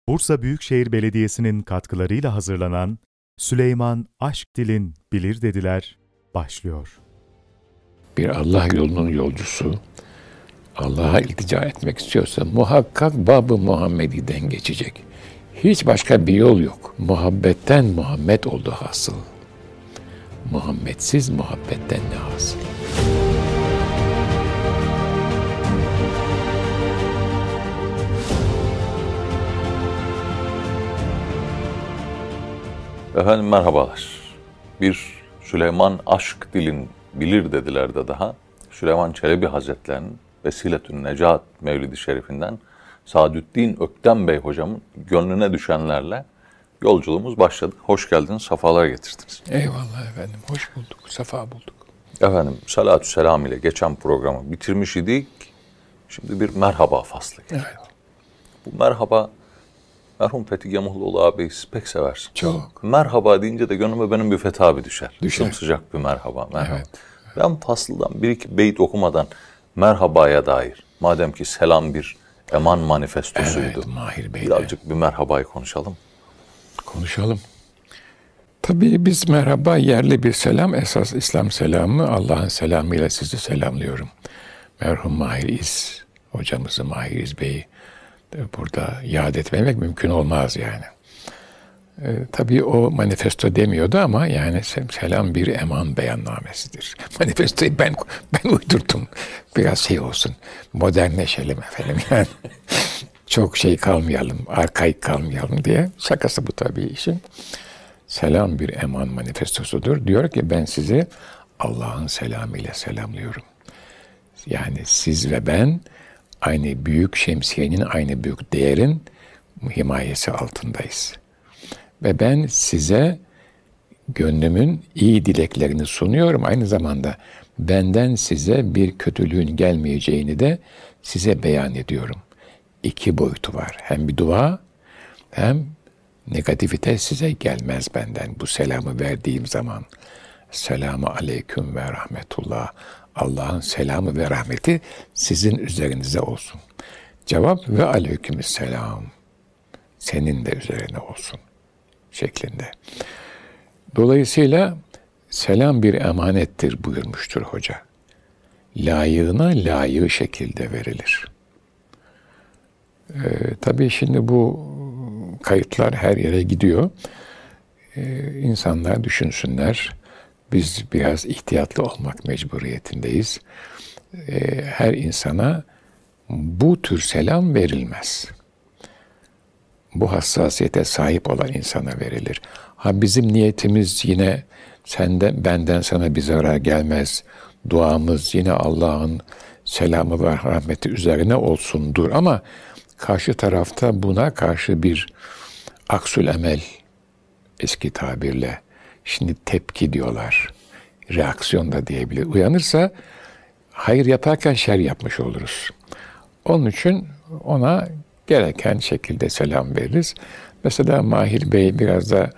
Bursa Büyükşehir Belediyesi'nin katkılarıyla hazırlanan Süleyman Aşkdil'in Bilir Dediler başlıyor. Bir Allah yolunun yolcusu Allah'a iltica etmek istiyorsa muhakkak Bab-ı Muhammedi'den geçecek. Hiç başka bir yol yok. Muhabbetten Muhammed oldu hasıl. Muhammedsiz muhabbetten ne hasıl? Efendim merhabalar. Bir Süleyman Aşkdil'in Bilir Dediler de daha Süleyman Çelebi Hazretleri'nin Vesiletün Necat Mevlid-i Şerifinden Sadüddin Öktem Bey hocamın gönlüne düşenlerle yolculuğumuz başladı. Hoş geldiniz, sefalar getirdiniz. Eyvallah efendim, hoş bulduk, sefa bulduk. Efendim salatü selam ile geçen programı bitirmiş idik. Şimdi bir merhaba faslı geliyor. Evet. Bu merhaba merhum Fethi Gemuhluoğlu ağabeyi pek seversin. Çok. Merhaba deyince de gönlüme benim bir Fethi abi düşer. Düşer. Sımsıcak bir merhaba. Evet. Ben fasldan bir iki beyit okumadan merhabaya dair, madem ki selam bir eman manifestosuydu. Evet, Mahir Bey'le. Birazcık bir merhabayı konuşalım. Konuşalım. Tabii biz merhaba yerli bir selam, esas İslam selamı, Allah'ın selamıyla sizi selamlıyorum. Merhum Mahir İz hocamızı, Mahir İz Bey'i burada yad etmemek mümkün olmaz yani. Tabii o manifesto demiyordu ama yani selam bir eman beyannamesidir. Manifestoyu ben uydurdum. Biraz şey olsun, modernleşelim efendim yani. Çok şey kalmayalım, arkaik kalmayalım diye. Şakası bu tabii işin. Selam bir eman manifestosudur. Diyor ki ben sizi Allah'ın selamıyla selamlıyorum. Yani siz ve ben aynı büyük şemsiyenin, aynı büyük değerin himayesi altındayız. Ve ben size gönlümün iyi dileklerini sunuyorum. Aynı zamanda benden size bir kötülüğün gelmeyeceğini de size beyan ediyorum. İki boyutu var. Hem bir dua hem negativite size gelmez benden. Bu selamı verdiğim zaman. Selamu aleyküm ve rahmetullah. Allah'ın selamı ve rahmeti sizin üzerinize olsun. Cevap ve aleykümselam. Senin de üzerine olsun şeklinde. Dolayısıyla selam bir emanettir buyurmuştur hoca. Layığına layığı şekilde verilir. Tabii şimdi bu kayıtlar her yere gidiyor. İnsanlar düşünsünler. Biz biraz ihtiyatlı olmak mecburiyetindeyiz. Her insana bu tür selam verilmez. Bu hassasiyete sahip olan insana verilir. Ha bizim niyetimiz yine benden sana bir zarar gelmez. Duamız yine Allah'ın selamı ve rahmeti üzerine olsundur. Ama karşı tarafta buna karşı bir aksül emel, eski tabirle, şimdi tepki diyorlar, reaksiyon da diyebilir. Uyanırsa hayır yaparken şer yapmış oluruz. Onun için ona gereken şekilde selam veririz. Mesela Mahir Bey biraz da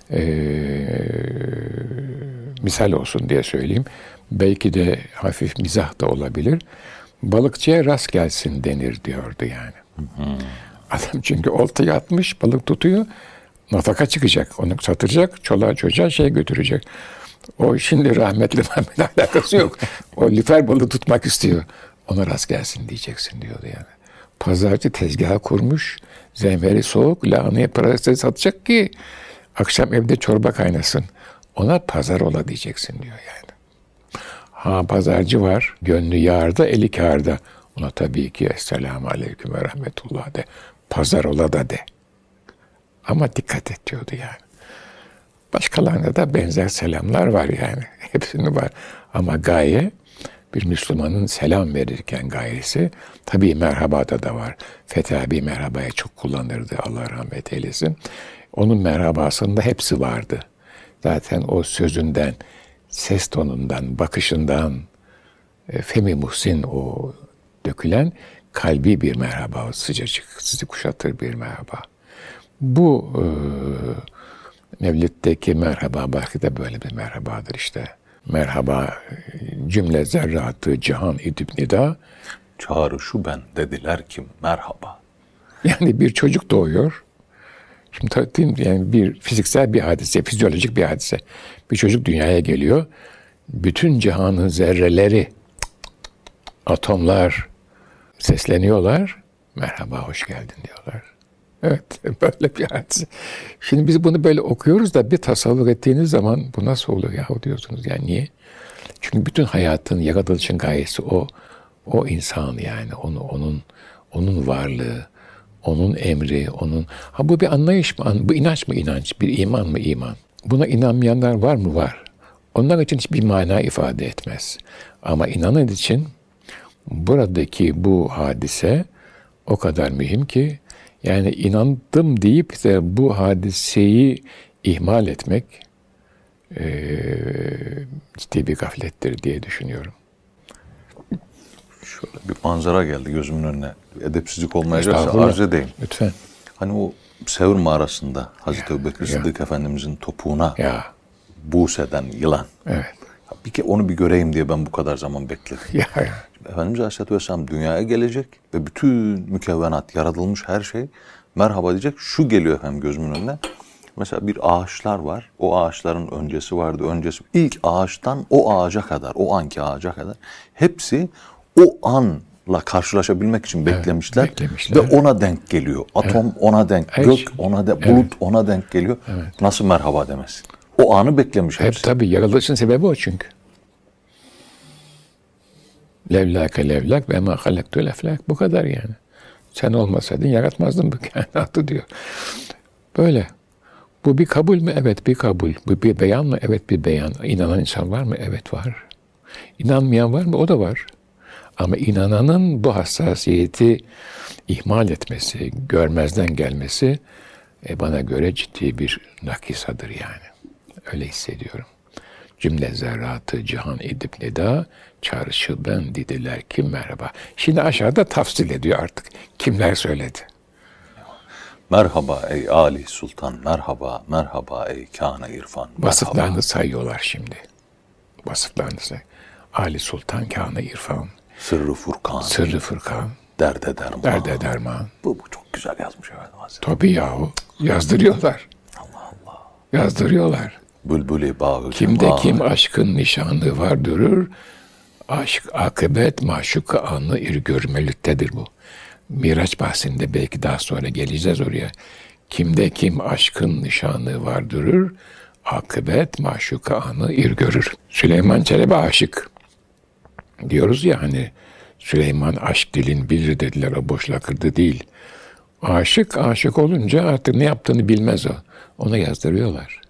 misal olsun diye söyleyeyim. Belki de hafif mizah da olabilir. Balıkçıya rast gelsin denir diyordu yani. Adam çünkü oltayı atmış, balık tutuyor. Nafaka çıkacak, onu satacak, çoluğa çocuğa götürecek. O şimdi rahmetli alakası yok. O lüfer balığı tutmak istiyor. Ona rast gelsin diyeceksin diyordu yani. Pazarcı tezgahı kurmuş, zemheri soğuk, lahanayı parasını satacak ki akşam evde çorba kaynasın. Ona pazar ola diyeceksin diyor yani. Ha pazarcı var, gönlü yağarda, eli kârda. Ona tabii ki Esselamu Aleyküm ve Rahmetullah de. Pazar ola da de. Ama dikkat et diyordu yani. Başkalarına da benzer selamlar var yani. Hepsini var. Ama gaye bir Müslümanın selam verirken gayesi tabii merhabada da var. Fethi abi merhabaya çok kullanırdı. Allah rahmet eylesin. Onun merhabasında hepsi vardı. Zaten o sözünden, ses tonundan, bakışından, Femi Muhsin o dökülen kalbi bir merhaba, sıcacık, sizi kuşatır bir merhaba. Bu Mevlid'deki merhaba belki de böyle bir merhabadır işte. Merhaba cümle zerratı cihan idib nida. Çağrı şu ben dediler ki merhaba. Yani bir çocuk doğuyor. Şimdi yani bir fiziksel bir hadise, fizyolojik bir hadise. Bir çocuk dünyaya geliyor. Bütün cihanın zerreleri, atomlar sesleniyorlar. Merhaba, hoş geldin diyorlar. Evet, böyle bir hadise. Şimdi biz bunu böyle okuyoruz da bir tasavvur ettiğiniz zaman bu nasıl olur yahu diyorsunuz. Yani niye? Çünkü bütün hayatın, yaratılışın gayesi o. O insan yani, onun varlığı, onun emri, bu bir anlayış mı? Bu inanç mı inanç? Bir iman mı iman? Buna inanmayanlar var mı? Var. Onlar için hiçbir mana ifade etmez. Ama inanan için buradaki bu hadise o kadar mühim ki, yani inandım deyip de bu hadiseyi ihmal etmek ciddi bir gaflettir diye düşünüyorum. Şöyle bir manzara geldi gözümün önüne. Edepsizlik olmayacaksa arz edeyim. Lütfen. Hani o Sevr mağarasında Hazreti Ebubekir Sıddık Efendimizin topuğuna buğs eden yılan. Evet. Onu bir göreyim diye ben bu kadar zaman bekledim. Efendimiz Aleyhisselatü Vesselam dünyaya gelecek ve bütün mükevvenat, yaratılmış her şey merhaba diyecek. Şu geliyor efendim gözümün önüne. Mesela bir ağaçlar var. O ağaçların öncesi vardı. İlk ağaçtan o ağaca kadar, o anki ağaca kadar hepsi o anla karşılaşabilmek için beklemişler. Ve ona denk geliyor. Atom ona denk, gök ona denk, bulut ona denk geliyor. Evet. Nasıl merhaba demesin? O anı beklemiş hepsi. Tabii yaratılışın sebebi o çünkü. Levlâke levlak ve mâ halaktul eflak. Bu kadar yani. Sen olmasaydın yaratmazdın bu kainatı diyor. Böyle. Bu bir kabul mü? Evet, bir kabul. Bu bir beyan mı? Evet, bir beyan. İnanan insan var mı? Evet, var. İnanmayan var mı? O da var. Ama inananın bu hassasiyeti ihmal etmesi, görmezden gelmesi bana göre ciddi bir nakisadır yani. Öyle hissediyorum. Cümle zerratı cihan edip nida, çağrışı ben dediler kim merhaba. Şimdi aşağıda tafsil ediyor artık. Kimler söyledi? Merhaba ey Ali Sultan, merhaba, merhaba ey Kâne İrfan. Vasıflarını sayıyorlar şimdi. Vasıflarını say. Ali Sultan, Kâne İrfan. Sırrı Furkan. Sırrı Furkan. Derde derman. Derde derman. Bu çok güzel yazmış efendim Hazretleri. Tabii yahu. Yazdırıyorlar. Allah Allah. Yazdırıyorlar. Bülbülü bağı. Kimde kim aşkın nişanı var durur. Aşk, akıbet, maşuk anı görmelüktedir bu. Miraç bahsinde belki daha sonra geleceğiz oraya. Kimde kim aşkın nişanı var durur. Akıbet, maşuk anı görür. Süleyman Çelebi aşık. Diyoruz ya hani Süleyman aşk dilin bilir dediler, o boş lakırdı değil. Aşık olunca artık ne yaptığını bilmez o. Ona yazdırıyorlar.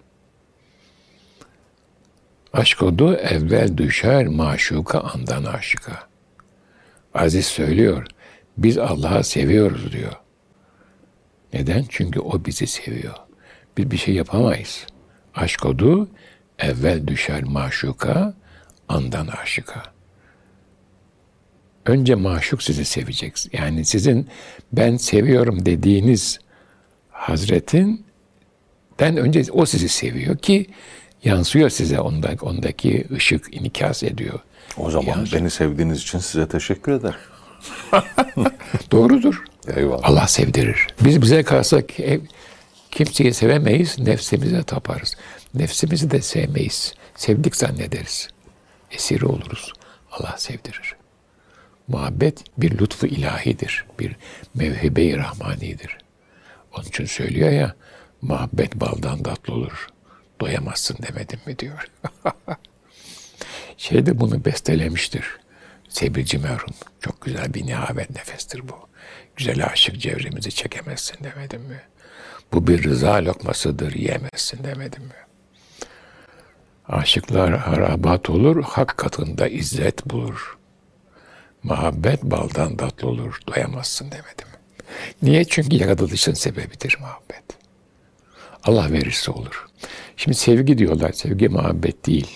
Aşk odu evvel düşer maşuka andan aşıka. Aziz söylüyor. Biz Allah'ı seviyoruz diyor. Neden? Çünkü o bizi seviyor. Biz bir şey yapamayız. Aşk odu evvel düşer maşuka andan aşıka. Önce maşuk sizi sevecek. Yani sizin ben seviyorum dediğiniz Hazretin önce o sizi seviyor ki yansıyor size, ondaki ışık inikas ediyor. O zaman beni sevdiğiniz için size teşekkür ederim. Doğrudur. Eyvallah. Allah sevdirir. Biz bize kalsak kimseyi sevemeyiz, nefsimize taparız. Nefsimizi de sevmeyiz. Sevdik zannederiz. Esiri oluruz. Allah sevdirir. Muhabbet bir lütfu ilahidir. Bir mevhibe-i rahmanidir. Onun için söylüyor ya, muhabbet baldan tatlı olur. Doyamazsın demedim mi diyor. De bunu bestelemiştir. Sebrici merhum. Çok güzel bir nihavet nefestir bu. Güzel aşık cevrimizi çekemezsin demedim mi? Bu bir rıza lokmasıdır, yiyemezsin demedim mi? Aşıklar harabat olur, hak katında izzet bulur. Muhabbet baldan tatlı olur, doyamazsın demedim mi? Niye? Çünkü yaratılışın sebebidir muhabbet. Allah verirse olur. Şimdi sevgi diyorlar, sevgi muhabbet değil.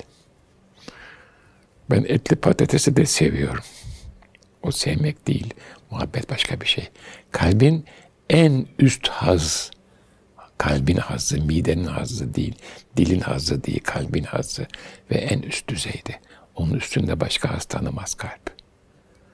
Ben etli patatesi de seviyorum. O sevmek değil, muhabbet başka bir şey. Kalbin en üst haz, kalbin hazzı, midenin hazzı değil, dilin hazzı değil, kalbin hazzı ve en üst düzeyde. Onun üstünde başka haz tanımaz kalp.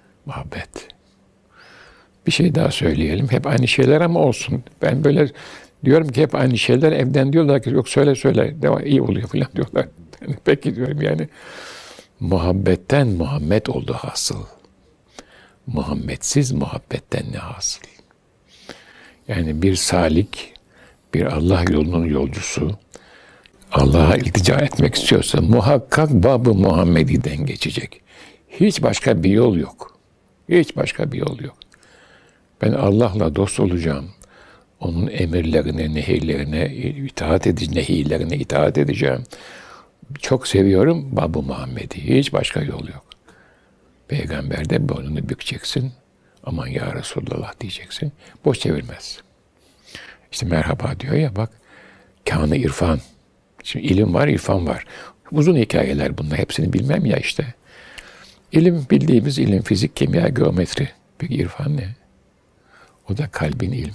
Muhabbet. Bir şey daha söyleyelim. Hep aynı şeyler ama olsun. Ben böyle Diyorum ki hep aynı şeyler, evden diyorlar ki yok söyle devam, iyi oluyor falan diyorlar. Yani peki diyorum, yani muhabbetten Muhammed oldu hasıl. Muhammedsiz muhabbetten ne hasıl? Yani bir salik, bir Allah yolunun yolcusu, Allah'a iltica etmek istiyorsa muhakkak Bab-ı Muhammedi'den geçecek. Hiç başka bir yol yok. Hiç başka bir yol yok. Ben Allah'la dost olacağım. Onun emirlerine, nehirlerine itaat edeceğim. Çok seviyorum Bab-ı Muhammed'i. Hiç başka yol yok. Peygamber de boynunu bükeceksin. Aman ya Resulallah diyeceksin. Boş çevirmez. İşte merhaba diyor ya, bak. Kânı irfan. Şimdi ilim var, irfan var. Uzun hikayeler bunlar. Hepsini bilmem ya işte. İlim, bildiğimiz ilim, fizik, kimya, geometri. Peki irfan ne? O da kalbin ilmi.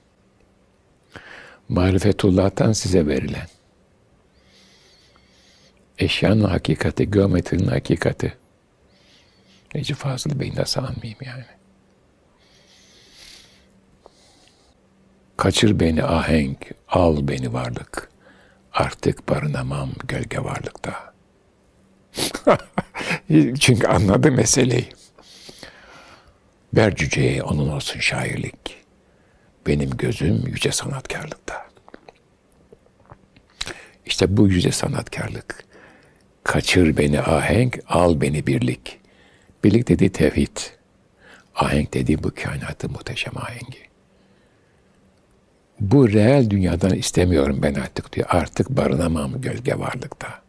Marifetullah'tan size verilen. Eşyanın hakikati, geometrinin hakikati. Necip Fazıl Bey nasıl anmayayım yani? Kaçır beni ahenk, al beni varlık. Artık barınamam gölge varlıkta. Çünkü anladı meseleyi. Ver cüceye onun olsun şairlik. Benim gözüm yüce sanatkarlıkta. İşte bu yüce sanatkarlık. Kaçır beni ahenk, al beni birlik. Birlik dediği tevhid. Ahenk dediği bu kainatın muhteşem ahengi. Bu reel dünyadan istemiyorum ben artık diyor. Artık barınamam gölge varlıkta.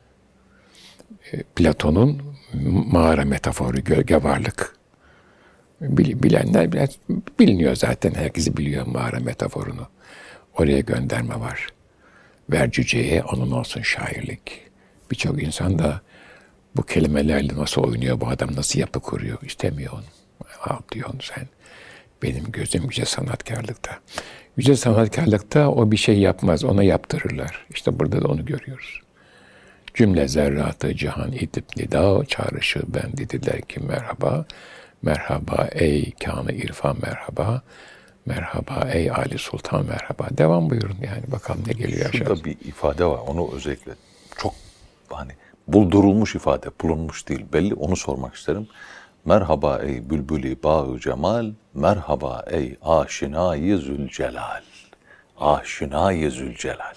Platon'un mağara metaforu, gölge varlık. Bilenler biraz biliniyor zaten. Herkesi biliyor mağara metaforunu. Oraya gönderme var. Ver cüceye onun olsun şairlik. Birçok insan da bu kelimelerle nasıl oynuyor, bu adam nasıl yapı kuruyor istemiyor onu. Al diyor onu sen. Benim gözüm yüce sanatkarlıkta. Yüce sanatkarlıkta o bir şey yapmaz, ona yaptırırlar. İşte burada da onu görüyoruz. Cümle zerratı cihan idip nida, çağrışı ben dediler ki merhaba. Merhaba ey kânı irfan merhaba. Merhaba ey Ali Sultan merhaba. Devam buyurun yani, bakalım ne geliyor aşağıya. Şurada bir ifade var, onu özellikle çok hani buldurulmuş ifade, bulunmuş değil belli, onu sormak isterim. Merhaba ey bülbülü bağı cemal, merhaba ey aşinayı zülcelal. Aşinayı zülcelal.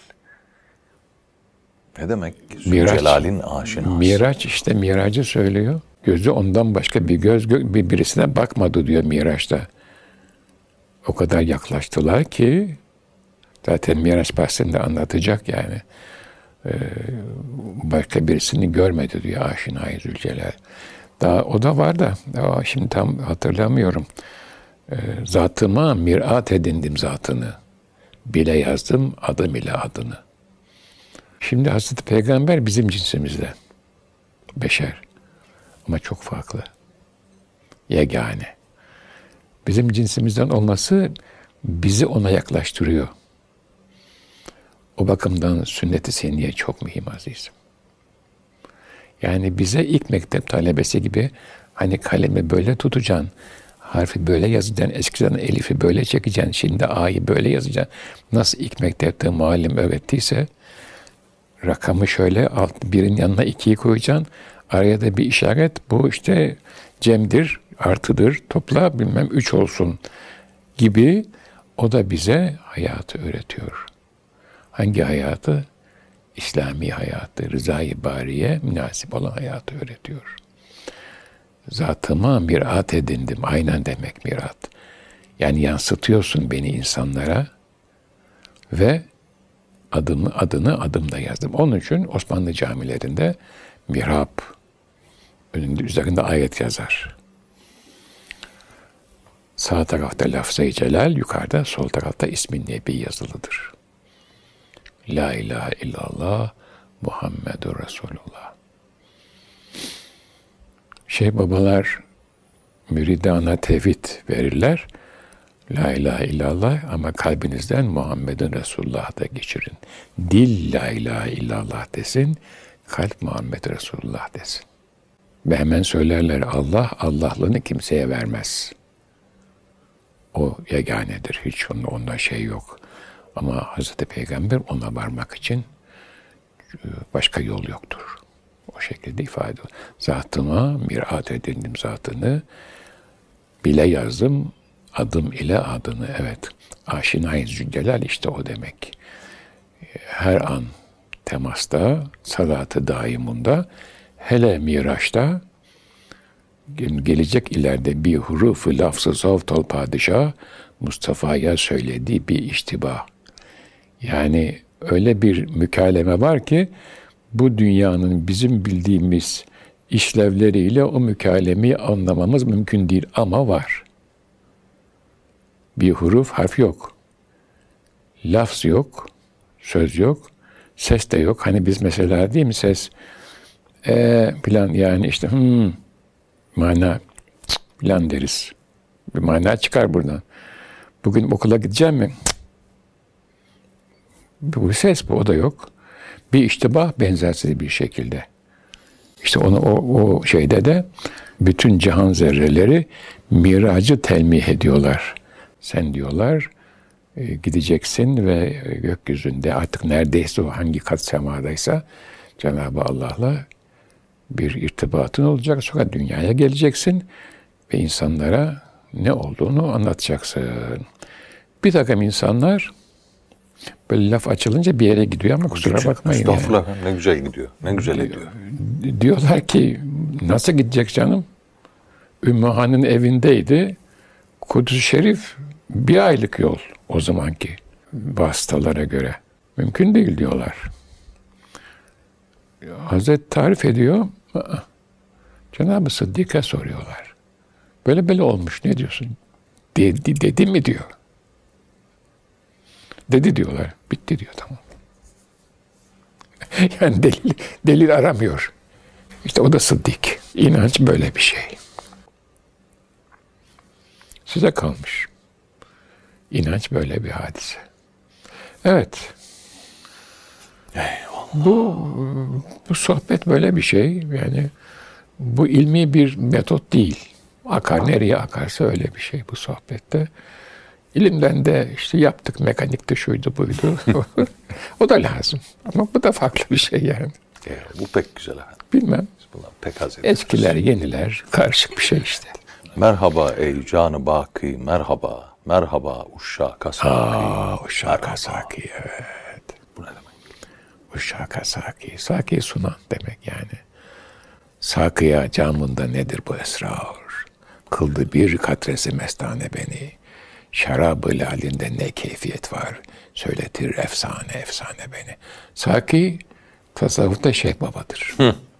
Ne demek? Zülcelal'in aşinası. Miraç işte, miracı söylüyor. Gözü ondan başka bir göz birisine bakmadı diyor Miraç'ta. O kadar yaklaştılar ki zaten Miraç bahsinde anlatacak yani. Başka birisini görmedi diyor aşinayı Zülcelal. Daha o da var da şimdi tam hatırlamıyorum. Zatıma mirat edindim zatını. Bile yazdım adım ile adını. Şimdi Hazreti Peygamber bizim cinsimizde. Beşer. Ama çok farklı. Yegane. Bizim cinsimizden olması bizi ona yaklaştırıyor. O bakımdan sünnet-i seniyye çok mühim azizim. Yani bize ilk mektep talebesi gibi hani kalemi böyle tutacaksın, harfi böyle yazacaksın, eskiden elifi böyle çekeceksin, şimdi A'yı böyle yazacaksın. Nasıl ilk mektepte muallim öğrettiyse rakamı şöyle birin yanına 2'yi koyacaksın, araya da bir işaret, bu işte cemdir, artıdır, topla bilmem 3 olsun gibi, o da bize hayatı öğretiyor. Hangi hayatı? İslami hayatı, rızayı bariye münasip olan hayatı öğretiyor. Zatıma mirat edindim. Aynen demek mirat. Yani yansıtıyorsun beni insanlara ve adını adımda yazdım. Onun için Osmanlı camilerinde mihrap üzerinde ayet yazar. Sağ tarafta lafz-ı celal, yukarıda sol tarafta ismin nebi yazılıdır. La ilahe illallah Muhammedur Resulullah. Babalar müridana tevhid verirler. La ilahe illallah ama kalbinizden Muhammedun Resulullah da geçirin. Dil la ilahe illallah desin, kalp Muhammed Resulullah desin. Ve hemen söylerler Allah, Allah'lığını kimseye vermez. O yeganedir, hiç onda şey yok. Ama Hazreti Peygamber ona varmak için başka yol yoktur. O şekilde ifade ediyor. Zatıma mirat edindim zatını, bile yazdım adım ile adını. Evet, aşinayız Zülcelal işte o demek. Her an temasta, salatı daimunda, hele Miraç'ta, gelecek ileride bir hurufu lafzı zavtal padişah, Mustafa'ya söylediği bir iştibah. Yani öyle bir mükaleme var ki, bu dünyanın bizim bildiğimiz işlevleriyle o mükalemeyi anlamamız mümkün değil ama var. Bir huruf, harf yok. Lafz yok, söz yok, ses de yok. Hani biz mesela değil mi ses plan yani işte mana plan deriz. Bir mana çıkar buradan. Bugün okula gideceğim mi? Bu ses bu, o da yok. Bir iştibah benzersiz bir şekilde. İşte onu o şeyde de bütün cihan zerreleri miracı telmih ediyorlar. Sen diyorlar gideceksin ve gökyüzünde artık neredeyse o hangi kat semadaysa Cenab-ı Allah'la bir irtibatın olacak. Sonra dünyaya geleceksin ve insanlara ne olduğunu anlatacaksın. Bir takım insanlar böyle laf açılınca bir yere gidiyor ama kusura bakmayın. Estağfurullah, yani. Ne güzel gidiyor. Ne güzel ediyor. Diyorlar ki nasıl gidecek canım? Ümmü Han'ın evindeydi. Kudüs-i Şerif 1 aylık yol o zamanki vasıtalara göre. Mümkün değil diyorlar. Hazreti tarif ediyor. Cenab-ı Sıddık'a soruyorlar. Böyle olmuş, ne diyorsun? Dedi mi diyor. Dedi diyorlar. Bitti diyor, tamam. Yani delil aramıyor. İşte o da Sıddık. İnanç böyle bir şey. Size kalmış. İnanç böyle bir hadise. Evet. Eyvallah. Bu sohbet böyle bir şey. Yani bu ilmi bir metot değil. Akar nereye akarsa öyle bir şey bu sohbette. İlimden de işte yaptık, mekanikte şuydu buydu. O da lazım. Ama bu da farklı bir şey yani. Bu pek güzel efendim. Bilmem. Bundan pek haz ediyoruz. Eskiler, yeniler, karışık bir şey işte. Merhaba ey canı baki, merhaba. Merhaba uşşaka saki. Uşşaka saki, evet. Bu ne demek? Uşşaka saki. Saki sunan demek yani. Sakıya camında nedir bu esrar? Kıldı bir katresi mestane beni. Şarabı lalinde ne keyfiyet var. Söyletir efsane beni. Saki tasavvufta Şeyh Baba'dır.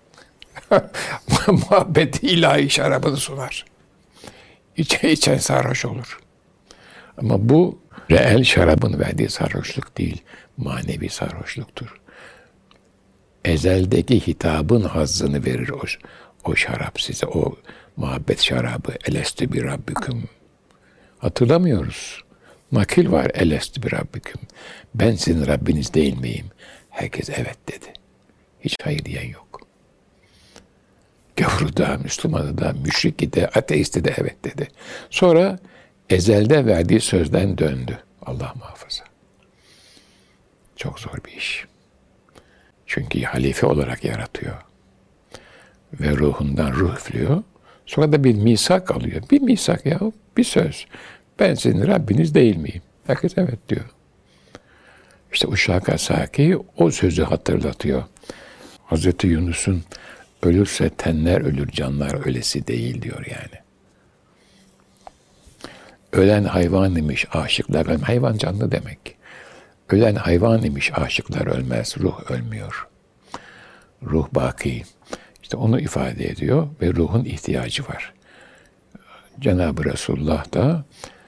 Muhabbeti ilahi şarabını sunar. İçen sarhoş olur. Ama bu reel şarabın verdiği sarhoşluk değil, manevi sarhoşluktur. Ezeldeki hitabın hazzını verir o şarap size, o muhabbet şarabı. Elestü bir Rabbiküm. Hatırlamıyoruz. Nakil var, elestü bir Rabbiküm. Ben sizin Rabbiniz değil miyim? Herkes evet dedi. Hiç hayır diyen yok. Gavuru da, Müslümanı da, müşriki de, ateisti de evet dedi. Sonra ezelde verdiği sözden döndü. Allah muhafaza. Çok zor bir iş. Çünkü halife olarak yaratıyor. Ve ruhundan ruh üflüyor. Sonra da bir misak alıyor. Bir misak ya, bir söz. Ben sizin Rabbiniz değil miyim? Herkes evet diyor. İşte Uşşaka Saki o sözü hatırlatıyor. Hazreti Yunus'un ölürse tenler ölür, canlar ölesi değil diyor yani. Ölen hayvan imiş, aşıklar ölmez. Hayvan canlı demek. Ölen hayvan imiş, aşıklar ölmez, ruh ölmüyor. Ruh baki. İşte onu ifade ediyor ve ruhun ihtiyacı var. Cenab-ı Resulullah da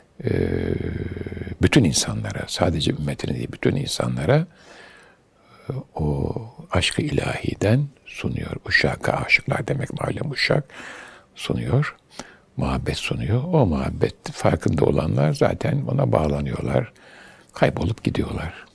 bütün insanlara, sadece ümmetine değil, bütün insanlara o aşk-ı ilahiden sunuyor. Uşşaka, aşıklar demek malum uşşak, sunuyor. Muhabbet sunuyor. O muhabbet farkında olanlar zaten ona bağlanıyorlar. Kaybolup gidiyorlar.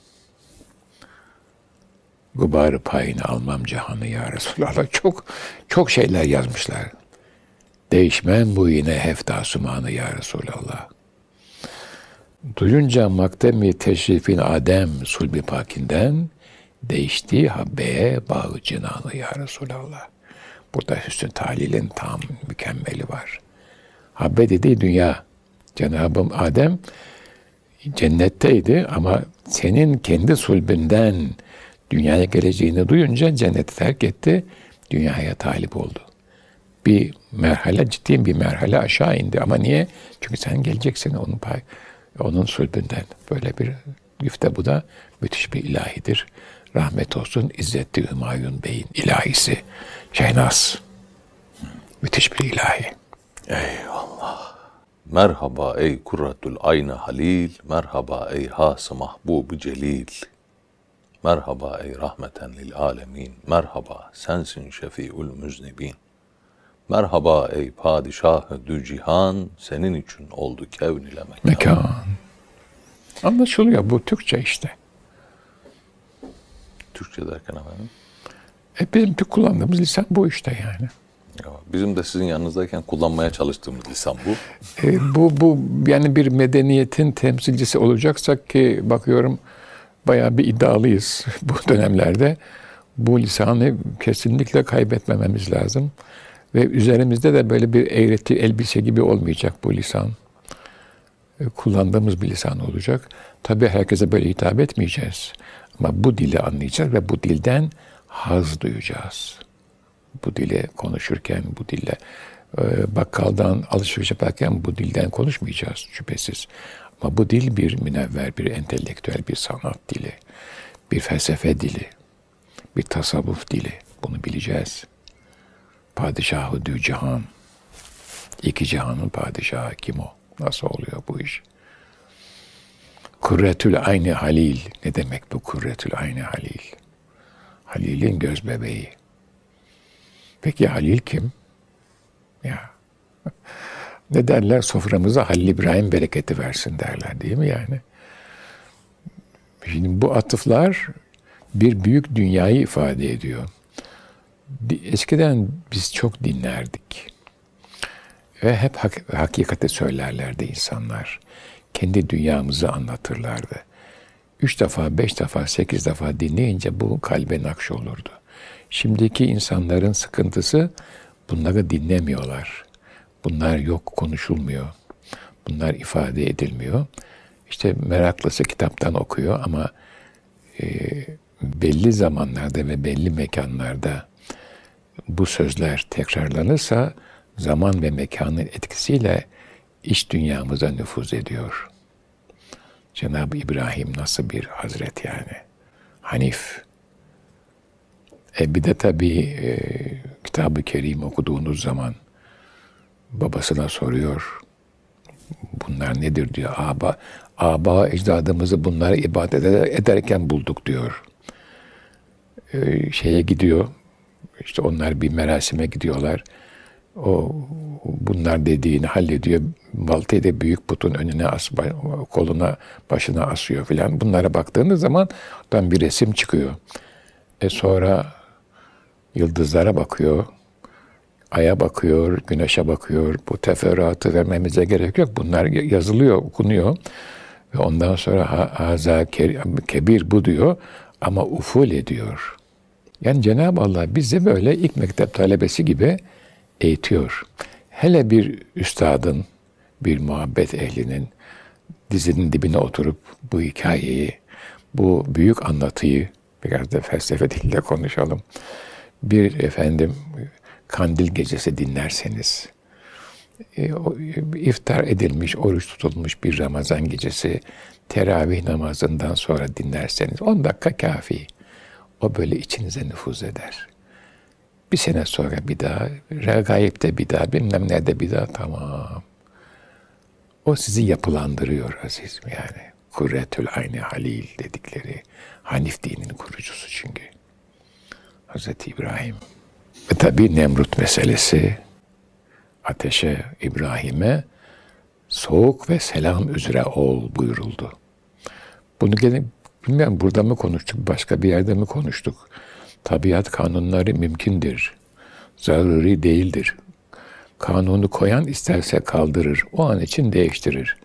Gubarı payını almam cihanı ya Resulallah. Çok şeyler yazmışlar. Değişmem bu yine hefta sumanı ya Resulallah. Duyunca maktemi teşrifin Adem sulbi pakinden değişti habbeye bağı cinanı ya Resulallah. Burada hüsnü talilin tam mükemmeli var. Habbe dediği dünya. Cenab-ı Adem cennetteydi ama senin kendi sulbünden dünyaya geleceğini duyunca cenneti terk etti, dünyaya talip oldu. Bir merhale, ciddi bir merhale aşağı indi. Ama niye? Çünkü sen geleceksin onun sulbünden. Böyle bir güfte, bu da müthiş bir ilahidir. Rahmet olsun İzzetli Hümayun Bey'in ilahisi. Şehnaz. Müthiş bir ilahi. Eyvallah. Merhaba ey kurratul ayna halil, merhaba ey has mahbub celil. Merhaba ey rahmeten lil alemin, merhaba sensin şefi'ül müznibin. Merhaba ey padişah-ı dücihan, senin için oldu kevn ile Mekan. Anlaşılıyor, bu Türkçe işte. Türkçe derken efendim? Bizim kullandığımız lisan bu işte yani. Ya, bizim de sizin yanınızdayken kullanmaya çalıştığımız lisan bu. Bu yani bir medeniyetin temsilcisi olacaksak ki bakıyorum bayağı bir iddialıyız bu dönemlerde. Bu lisanı kesinlikle kaybetmememiz lazım. Ve üzerimizde de böyle bir eğreti elbise gibi olmayacak bu lisan. Kullandığımız bir lisan olacak. Tabii herkese böyle hitap etmeyeceğiz. Ama bu dili anlayacağız ve bu dilden haz duyacağız. Bu dili konuşurken, bu dille bakkaldan alışveriş yaparken bu dilden konuşmayacağız şüphesiz. Ama bu dil bir münevver, bir entelektüel, bir sanat dili, bir felsefe dili, bir tasavvuf dili. Bunu bileceğiz. Padişahı dü cihan. İki cihanın padişahı kim o? Nasıl oluyor bu iş? Kurretül ayni halil. Ne demek bu kurretül ayni halil? Halil'in göz bebeği. Peki Halil kim? Ya. Ne derler? Soframıza Halil İbrahim bereketi versin derler, değil mi yani? Şimdi bu atıflar bir büyük dünyayı ifade ediyor. Eskiden biz çok dinlerdik. Ve hep hakikati söylerlerdi insanlar. Kendi dünyamızı anlatırlardı. 3 defa, 5 defa, 8 defa dinleyince bu kalbe nakş olurdu. Şimdiki insanların sıkıntısı bunları dinlemiyorlar. Bunlar yok, konuşulmuyor. Bunlar ifade edilmiyor. İşte meraklısı kitaptan okuyor ama belli zamanlarda ve belli mekanlarda bu sözler tekrarlanırsa zaman ve mekanın etkisiyle iç dünyamıza nüfuz ediyor. Cenab-ı İbrahim nasıl bir hazret yani. Hanif. Bir de tabii Kitab-ı Kerim okuduğunuz zaman babasına soruyor. Bunlar nedir diyor. Aba ecdadımızı bunlara ibadet ederken bulduk diyor. Şeye gidiyor. İşte onlar bir merasime gidiyorlar. O bunlar dediğini hallediyor. Baltayı da büyük putun önüne koluna, başına asıyor filan. Bunlara baktığınız zaman oradan bir resim çıkıyor. Sonra yıldızlara bakıyor. Aya bakıyor, güneşe bakıyor. Bu teferruatı vermemize gerek yok. Bunlar yazılıyor, okunuyor. Ve ondan sonra haza kebir bu diyor. Ama uful ediyor. Yani Cenab-ı Allah bizi böyle ilk mektep talebesi gibi eğitiyor. Hele bir üstadın, bir muhabbet ehlinin dizinin dibine oturup bu hikayeyi, bu büyük anlatıyı, biraz da felsefe diliyle konuşalım. Bir kandil gecesi dinlerseniz, iftar edilmiş, oruç tutulmuş bir Ramazan gecesi, teravih namazından sonra dinlerseniz 10 dakika kafi. O böyle içinize nüfuz eder. Bir sene sonra bir daha, regaipte bir daha, bilmem nerede bir daha, tamam. O sizi yapılandırıyor azizim yani. Kurretül ayni halil dedikleri, Hanif dininin kurucusu çünkü. Hazreti İbrahim. Ve tabii Nemrut meselesi, ateşe, İbrahim'e soğuk ve selam üzere ol buyuruldu. Bunu gene bilmiyorum burada mı konuştuk, başka bir yerde mi konuştuk? Tabiat kanunları mümkündür. Zaruri değildir. Kanunu koyan isterse kaldırır. O an için değiştirir.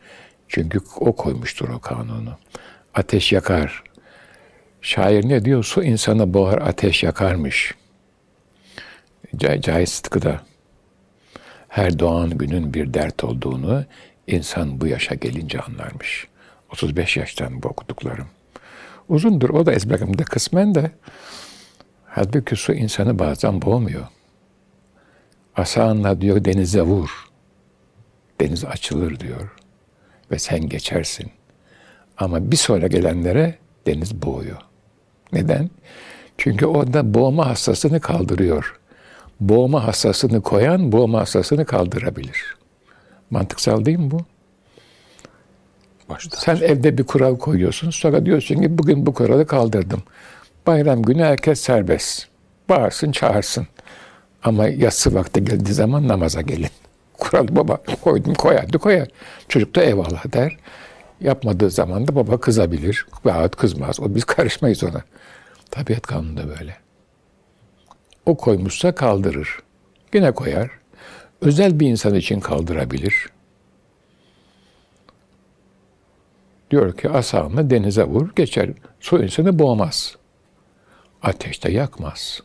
Çünkü o koymuştur o kanunu. Ateş yakar. Şair ne diyor? Su insanı boğar, ateş yakarmış. Cahit Sıtkı'da. Her doğan günün bir dert olduğunu insan bu yaşa gelince anlarmış. 35 yaştan bu okuduklarım. Uzundur, o da ezberimde kısmen de. Halbuki su insanı bazen boğmuyor. Asanla diyor denize vur. Deniz açılır diyor. Ve sen geçersin. Ama bir sonra gelenlere deniz boğuyor. Neden? Çünkü orada boğma hassasını kaldırıyor. Boğma hassasını koyan boğma hassasını kaldırabilir. Mantıksal değil mi bu? Başta. Sen evde bir kural koyuyorsun. Sonra diyorsun ki bugün bu kuralı kaldırdım. Bayram günü herkes serbest. Bağırsın, çağırsın. Ama yatsı vakti geldiği zaman namaza gelin. Kural baba koydum, koyar. Çocuk da eyvallah der. Yapmadığı zaman da baba kızabilir. Veyahut kızmaz. Biz karışmayız ona. Tabiat kanunu da böyle. O koymuşsa kaldırır. Yine koyar. Özel bir insan için kaldırabilir. Diyor ki asanla denize vur, geçer. Su insanı boğmaz. Ateşte yakmaz.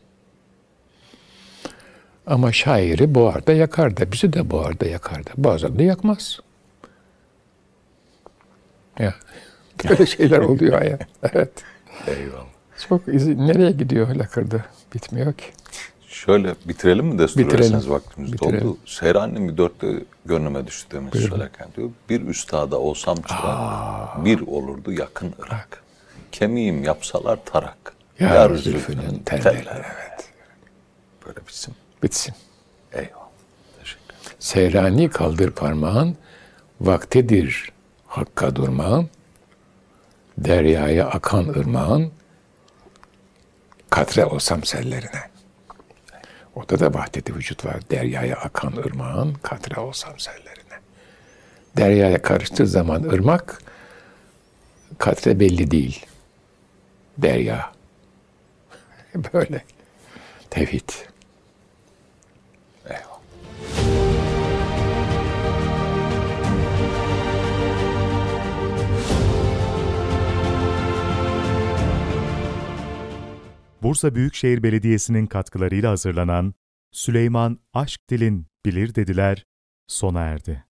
Ama şairi boğar da yakar da, bizi de boğar da yakar da. Bazen de yakmaz. Ya, böyle şeyler oluyor ya. Evet. Eyvallah. Çok nereye gidiyor lakırdı? Bitmiyor ki. Şöyle bitirelim mi destur Bitirelim. ederseniz, vaktimiz doldu. Seyran'ın bir dörtte gönlüme düştü demiş söylerken diyor. Bir üstada olsam çırak, bir olurdu yakın Irak. Kemiğim yapsalar tarak. Yar zülfünün telleri. Evet. Böyle bitsin. Bitsin. Eyvallah. Teşekkür ederim. Seyrani kaldır parmağın, vaktidir hakka durmağın, deryaya akan ırmağın, katre olsam sellerine. Orada da vahdeti vücut var. Deryaya akan ırmağın, katre olsam sellerine. Deryaya karıştığı zaman ırmak, katre belli değil. Derya. Böyle. Tevhid. Eyvallah. Bursa Büyükşehir Belediyesi'nin katkılarıyla hazırlanan Süleyman Aşk Dil'in Bilir Dediler sona erdi.